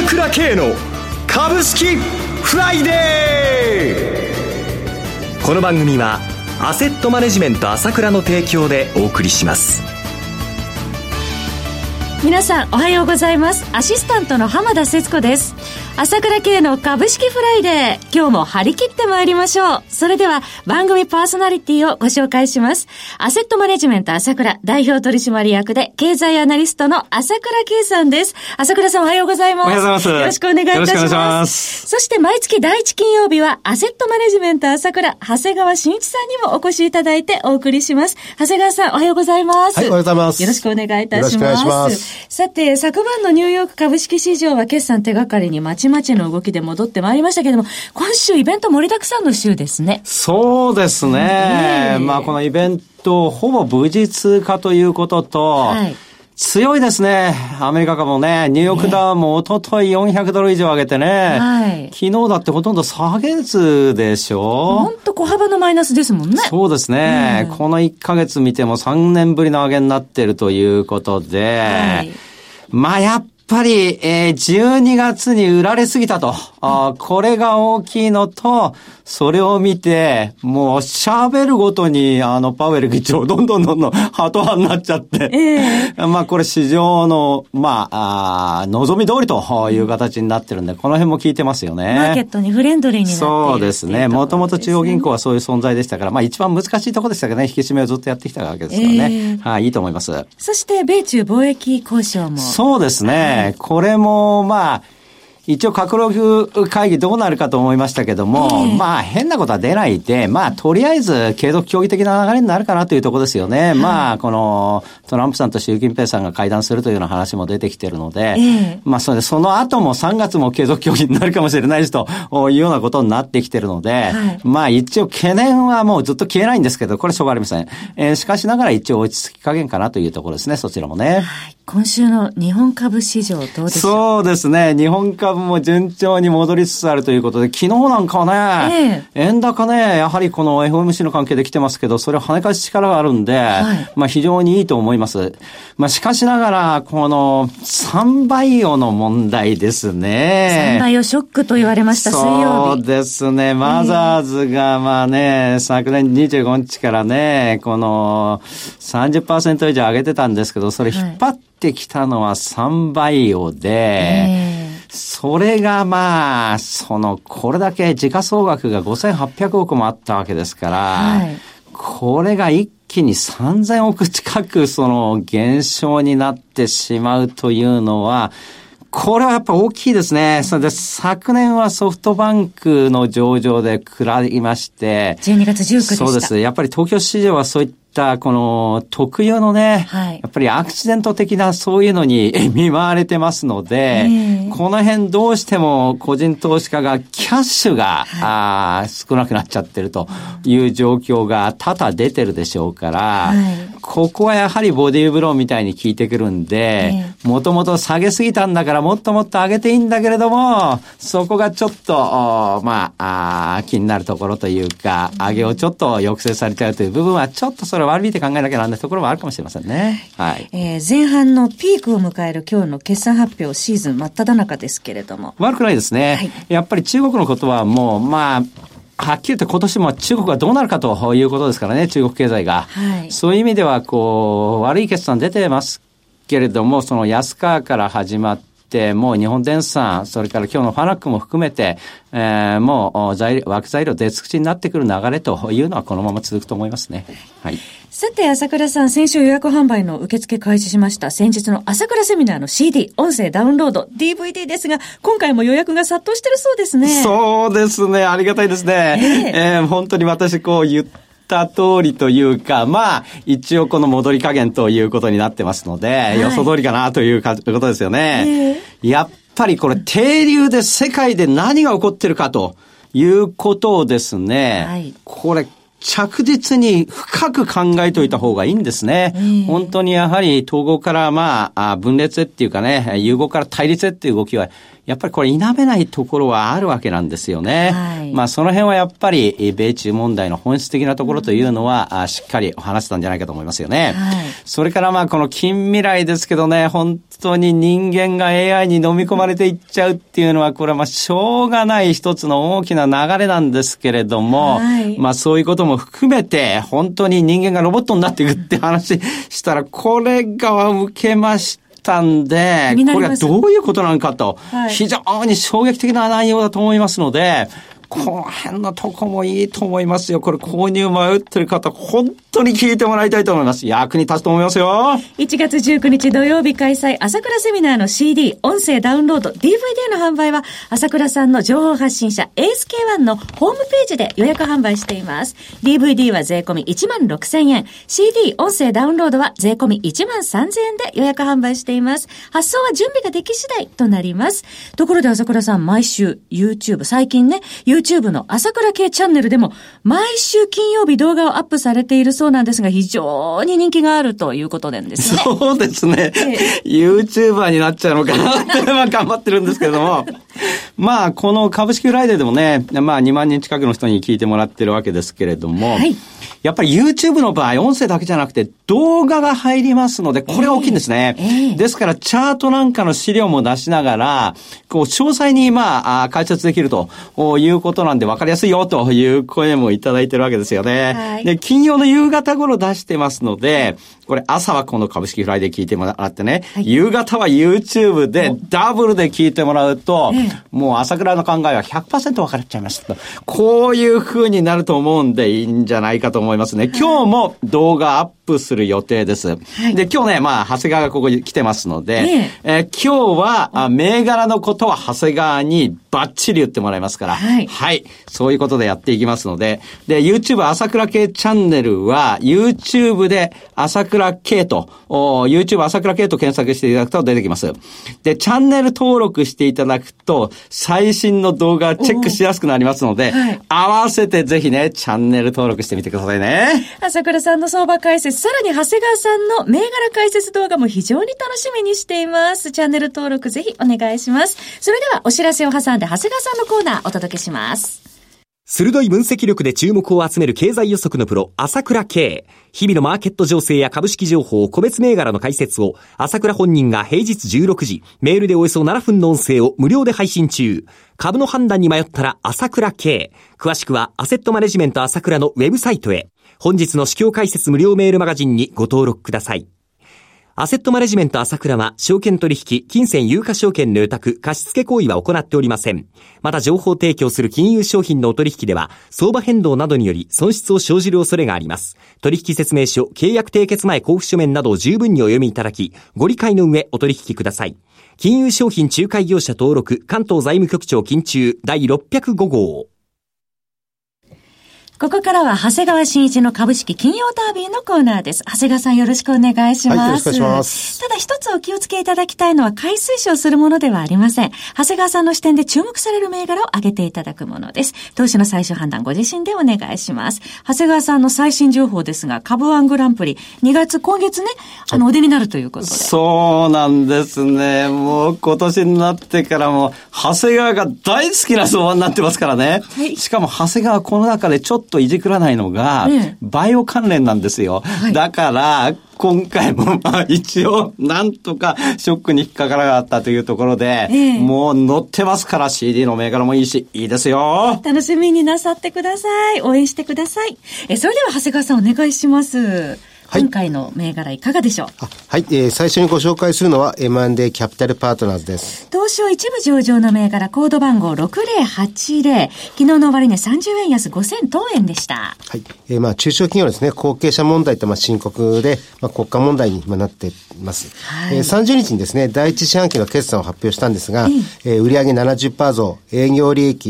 倉慶の株式フライデー。この番組はアセットマネジメント朝倉の提供でお送りします。 皆さんおはようございます。アシスタントの浜田節子です。朝倉慶の株式フライデー、今日も張り切ってまいりましょう。それでは番組パーソナリティをご紹介します。アセットマネジメント朝倉代表取締役で経済アナリストの朝倉慶さんです。朝倉さんおはようございます。 おはようございます。 よろしくお願いいたします。よろしくお願いします。そして毎月第1金曜日はアセットマネジメント朝倉長谷川慎一さんにもお越しいただいてお送りします。長谷川さんおはようございます。 はい、おはようございます。 よろしくお願いいたします。 よろしくお願いします。 さて、昨晩のニューヨーク株式市場は決算手がかりにまちまちの動きで戻ってまいりましたけれども、今週イベント盛りだくさんの週ですね。 そうですね。まあこのイベントほぼ無事通過ということと、はい、強いですね。アメリカ株もね、ニューヨークダウも一昨日400ドル以上上げてね、はい、昨日だってほとんど下げずでしょ。 ほんと小幅のマイナスですもんね。 そうですね。この1ヶ月見ても3年ぶりの上げになっているということで、はい、まあやっぱり、12月に売られすぎたと。これが大きいのと、それを見て、もう喋るごとに、パウエル議長、どんどんハト派になっちゃって、まあこれ市場の、望み通りという形になってるんで、この辺も効いてますよね。 マーケットにフレンドリーになっている。 そうですね。もともと中央銀行はそういう存在でしたから、まあ一番難しいところでしたけどね、引き締めをずっとやってきたわけですからね。はい、いいと思います。 そして、米中貿易交渉も。 そうですね。これも、まあ、一応、閣僚会議どうなるかと思いましたけども、まあ、変なことは出ないで、まあ、とりあえず、継続協議的な流れになるかなというところですよね。まあ、この、トランプさんと習近平さんが会談するというような話も出てきているので、まあ、その後も3月も継続協議になるかもしれないしというようなことになってきているので、まあ、一応、懸念はもうずっと消えないんですけど、これしょうがありません。しかしながら一応落ち着き加減かなというところですね、そちらもね。 今週の日本株市場どうでしょう。 そうですね。日本株も順調に戻りつつあるということで、昨日なんかはね、円高ね、やはりこの FOMC の関係で来てますけど、それを跳ね返す力があるんで、まあ非常にいいと思います。まあしかしながら、この3バイオの問題ですね。 3バイオショックと言われました、水曜日。 そうですね。マザーズがまあね、昨年25日からね、この 30% 以上上げてたんですけど、それ引っ張ってきたのは3バイオで、それがまあ、これだけ時価総額が5800億もあったわけですから、これが一気に3000億近く減少になってしまうというのは、これはやっぱ大きいですね。それで昨年はソフトバンクの上場で食らいまして、 12月19日でした。 そうです。やっぱり東京市場はそういったこの特有のね、やっぱりアクシデント的なそういうのに見舞われてますので、この辺どうしても個人投資家がキャッシュが、少なくなっちゃってるという状況が多々出てるでしょうから、ここはやはりボディーブローみたいに効いてくるんで、もともと下げすぎたんだからもっともっと上げていいんだけれども、そこがちょっと、気になるところというか、上げをちょっと抑制されちゃうという部分はちょっとそれを悪びて考えなきゃなんないところもあるかもしれませんね。はい。 前半のピークを迎える今日の決算発表シーズン真っ只中ですけれども。 悪くないですね。やっぱり中国のことはもう、はっきり言って今年も中国がどうなるかということですからね、中国経済が。そういう意味では、悪い決算出てますけれども、その安川から始まって、もう日本電産、それから今日のファナックも含めて、もう枠材料出尽くしになってくる流れというのはこのまま続くと思いますね。はい。 さて、朝倉さん、先週予約販売の受付開始しました先日の朝倉セミナーの CD、音声ダウンロード、DVD ですが、今回も予約が殺到してるそうですね。 そうですね。ありがたいですね。本当に私言った通りというか、一応この戻り加減ということになってますので、予想通りかなということですよね。やっぱりこれ、底流で世界で何が起こってるかということをですね、これ、着実に深く考えておいた方がいいんですね。本当にやはり統合から分裂っていうかね、融合から対立っていう動きはやっぱりこれ否めないところはあるわけなんですよね。はい、まあその辺はやっぱり米中問題の本質的なところというのは、しっかり話したんじゃないかと思いますよね。はい、それからまあこの近未来ですけどね、本当に人間が AI に飲み込まれていっちゃうっていうのは、これはまあしょうがない一つの大きな流れなんですけれども、はい、まあそういうことも含めて本当に人間がロボットになっていくって話したら、これが受けましたんで、これはどういうことなのかと、非常に衝撃的な内容だと思いますので、この辺のとこもいいと思いますよ。これ購入迷ってる方、本当に聞いてもらいたいと思います。役に立つと思いますよ。 1月19日土曜日開催、朝倉セミナーの CD、音声ダウンロード、DVD の販売は、朝倉さんの情報発信者 ASK1 のホームページで予約販売しています。DVD は税込み16,000円。CD、音声ダウンロードは税込み13,000円で予約販売しています。発送は準備ができ次第となります。ところで朝倉さん、毎週 YouTube、最近ね、YouTube の朝倉系チャンネルでも毎週金曜日動画をアップされているそうなんですが、非常に人気があるということなんですね。 そうですね。YouTuber になっちゃうのかなって頑張ってるんですけれども。まあ、この株式フライデーでもね、まあ2万人近くの人に聞いてもらってるわけですけれども、はい、やっぱり YouTube の場合、音声だけじゃなくて動画が入りますので、これが大きいんですね。ですから、チャートなんかの資料も出しながら、こう、詳細にまあ、解説できるということなんで分かりやすいよという声もいただいてるわけですよね。はい、で、金曜の夕方頃出してますので、これ朝はこの株式フライデー聞いてもらってね、はい、夕方は YouTube でダブルで聞いてもらうと、もう朝倉の考えは 100% 分かっちゃいました。こういう風になると思うんでいいんじゃないかと思いますね。今日も動画アップする予定です。はい、で、今日ね、まあ、長谷川がここに来てますので、今日は銘柄のことは長谷川にバッチリ言ってもらいますから、はい、はい。そういうことでやっていきますので、で、YouTube 朝倉系チャンネルは、YouTube で朝倉系と、YouTube 朝倉系と検索していただくと出てきます。で、チャンネル登録していただくと、最新の動画チェックしやすくなりますので、はい、合わせてぜひね、チャンネル登録してみてくださいね。 朝倉さんの相場解説、さらに長谷川さんの銘柄解説動画も非常に楽しみにしています。チャンネル登録ぜひお願いします。それではお知らせを挟んで長谷川さんのコーナーお届けします。 鋭い分析力で注目を集める経済予測のプロ、朝倉慶。日々のマーケット情勢や株式情報、個別銘柄の解説を、朝倉本人が平日16時、メールでおよそ7分の音声を無料で配信中。株の判断に迷ったら朝倉慶。詳しくは、アセットマネジメント朝倉のウェブサイトへ。本日の市況解説無料メールマガジンにご登録ください。アセットマネジメント朝倉は、証券取引、金銭有価証券の予託、貸付行為は行っておりません。また情報提供する金融商品のお取引では、相場変動などにより損失を生じる恐れがあります。取引説明書、契約締結前交付書面などを十分にお読みいただき、ご理解の上お取引ください。金融商品仲介業者登録、関東財務局長金中第605号。 ここからは長谷川慎一の株式金曜ダービーのコーナーです。長谷川さんよろしくお願いします。はい、よろしくお願いします。ただ一つお気をつけいただきたいのは買い推奨するものではありません。長谷川さんの視点で注目される銘柄を挙げていただくものです。投資の最終判断ご自身でお願いします。長谷川さんの最新情報ですが、株ワングランプリ今月ね、お出になるということで。 そうなんですね。もう今年になってからも長谷川が大好きな相場になってますからね。はい、しかも長谷川この中でちょっといじくらないのが、バイオ関連なんですよ。はい、だから、今回も一応なんとかショックに引っかからなかったというところで、もう乗ってますから CD の銘柄もいいし、いいですよ。 楽しみになさってください。応援してください。それでは長谷川さんお願いします。はい、今回の銘柄いかがでしょう。 はい、最初にご紹介するのは M&A キャピタルパートナーズです。 東証一部上場の銘柄コード番号6080。昨日の終値30円安5000等円でした。 はい。中小企業ですね、後継者問題って深刻で、国家問題になっています。はい、30日にですね、第一四半期の決算を発表したんですが、売上 70% 増、営業利益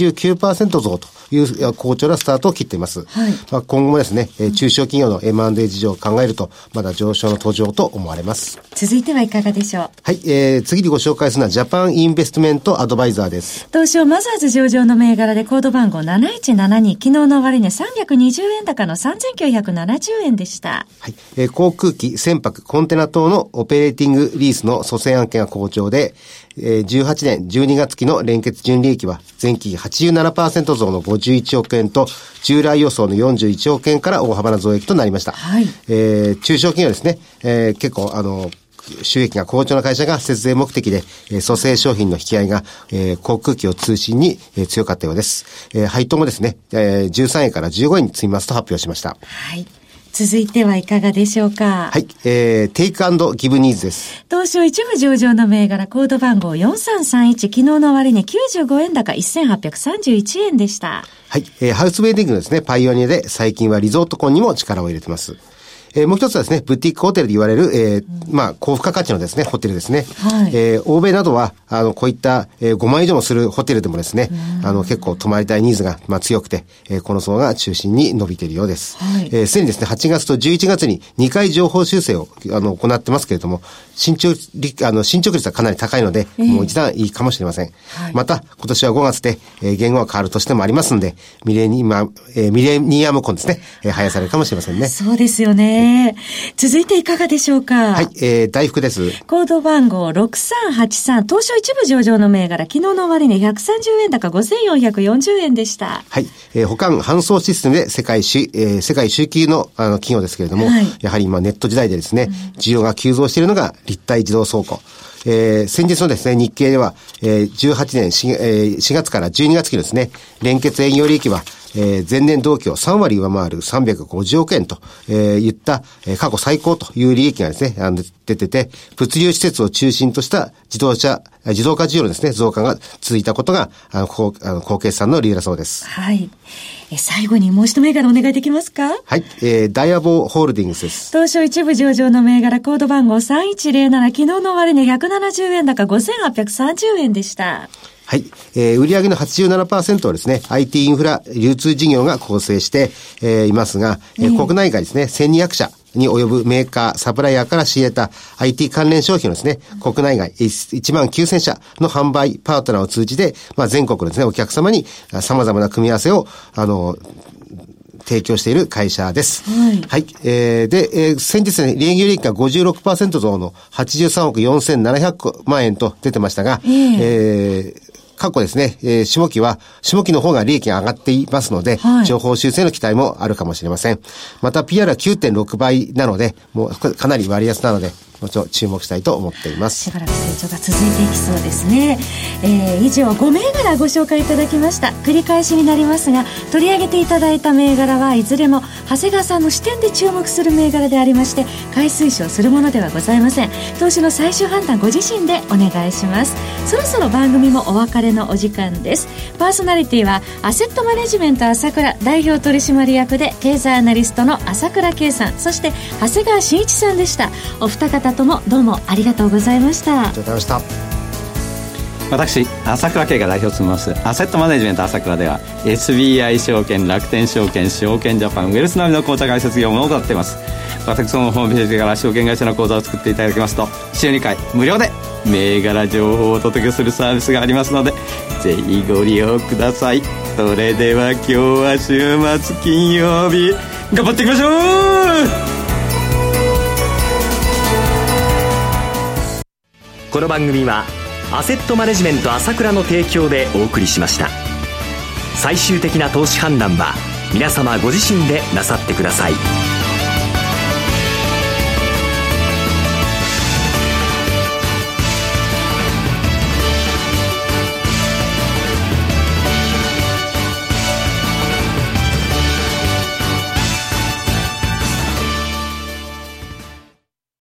89% 増という好調なスタートを切っています。はい、今後もですね、中小企業の M&A 事事情を考えると、まだ上昇の途上と思われます。 続いてはいかがでしょう。 はい、次にご紹介するのはジャパンインベストメントアドバイザーです。 東証マザーズ上場の銘柄でコード番号7172、昨日の終値320円高の3970円でした。 はい、航空機、船舶、コンテナ等のオペレーティングリースの蘇生案件が好調で、18年12月期の連結純利益は前期 87% 増の51億円と従来予想の41億円から大幅な増益となりました。 はい、 中小企業ですね、結構収益が好調な会社が節税目的で、蘇生商品の引き合いが、航空機を中心に、強かったようです。配当もですね、13円から15円に積みますと発表しました。 はい。続いてはいかがでしょうか。 はい、テイク&ギブニーズです。 東証一部上場の銘柄コード番号4331、昨日の終値95円高1831円でした。 はい、ハウスウェディングのですね、パイオニアで最近はリゾート婚にも力を入れています。もう一つはですね、ブティックホテルで言われる、高付加価値のですね、ホテルですね。 はい、 欧米などは、こういった、5万以上もするホテルでもですね、結構泊まりたいニーズが、強くて、この層が中心に伸びているようです。 はい、 すでにですね、8月と11月に2回情報修正を、行ってますけれども、進捗率はかなり高いので、もう一段いいかもしれません。 はい、 また、今年は5月で、言語が変わる年でもありますので、ミレニアム婚ですね、早されるかもしれませんね。 そうですよね。続いていかがでしょうか。 はい、大福です。 コード番号6383、東証一部上場の銘柄、昨日の終値130円高5440円でした。 はい、保管搬送システムで世界周期の企業ですけれども、 はい、 やはり今ネット時代でですね、需要が急増しているのが立体自動倉庫。先日のですね、日経では、18年 4月から12月期のですね、連結営業利益は、前年同期を3割上回る350億円と、いった、過去最高という利益がですね、出てて、物流施設を中心とした自動化需要のですね、増加が続いたことが、高決算の理由だそうです。 はい。最後にもう一銘柄お願いできますか。 はい、ダイアボーホールディングスです。 東証一部上場の銘柄コード番号3107、昨日の終値170円高5830円でした。 はい。売上の 87% はですね、IT インフラ流通事業が構成して、いますが、国内外ですね、1200社に及ぶメーカー、サプライヤーから仕入れた IT 関連商品をですね、国内外1万9000社の販売パートナーを通じて、全国のですね、お客様に様々な組み合わせを、提供している会社です。 はい。 はい。で、先日ね、利益率が 56% 増の83億4700万円と出てましたが、過去ですね、下期の方が利益が上がっていますので、 はい、 情報修正の期待もあるかもしれません。また PR は 9.6 倍なので、もうかなり割安なので、もちろん注目したいと思っています。 しばらく成長が続いていきそうですね。以上5銘柄ご紹介いただきました。繰り返しになりますが、取り上げていただいた銘柄はいずれも長谷川さんの視点で注目する銘柄でありまして、買い推奨するものではございません。投資の最終判断ご自身でお願いします。そろそろ番組もお別れのお時間です。パーソナリティはアセットマネジメント朝倉代表取締役で経済アナリストの朝倉圭さん、そして長谷川慎一さんでした。お二方ともどうもありがとうございました。 ありがとうございました。 私朝倉圭が代表を務めますアセットマネジメント朝倉では SBI 証券、楽天証券、証券ジャパン、ウェルスナビの口座開設業務を行っています。私のホームページから証券会社の口座を作っていただきますと、週2回無料で銘柄情報をお届けするサービスがありますので、ぜひご利用ください。それでは今日は週末金曜日、頑張っていきましょう。 この番組はアセットマネジメント朝倉の提供でお送りしました。最終的な投資判断は皆様ご自身でなさってください。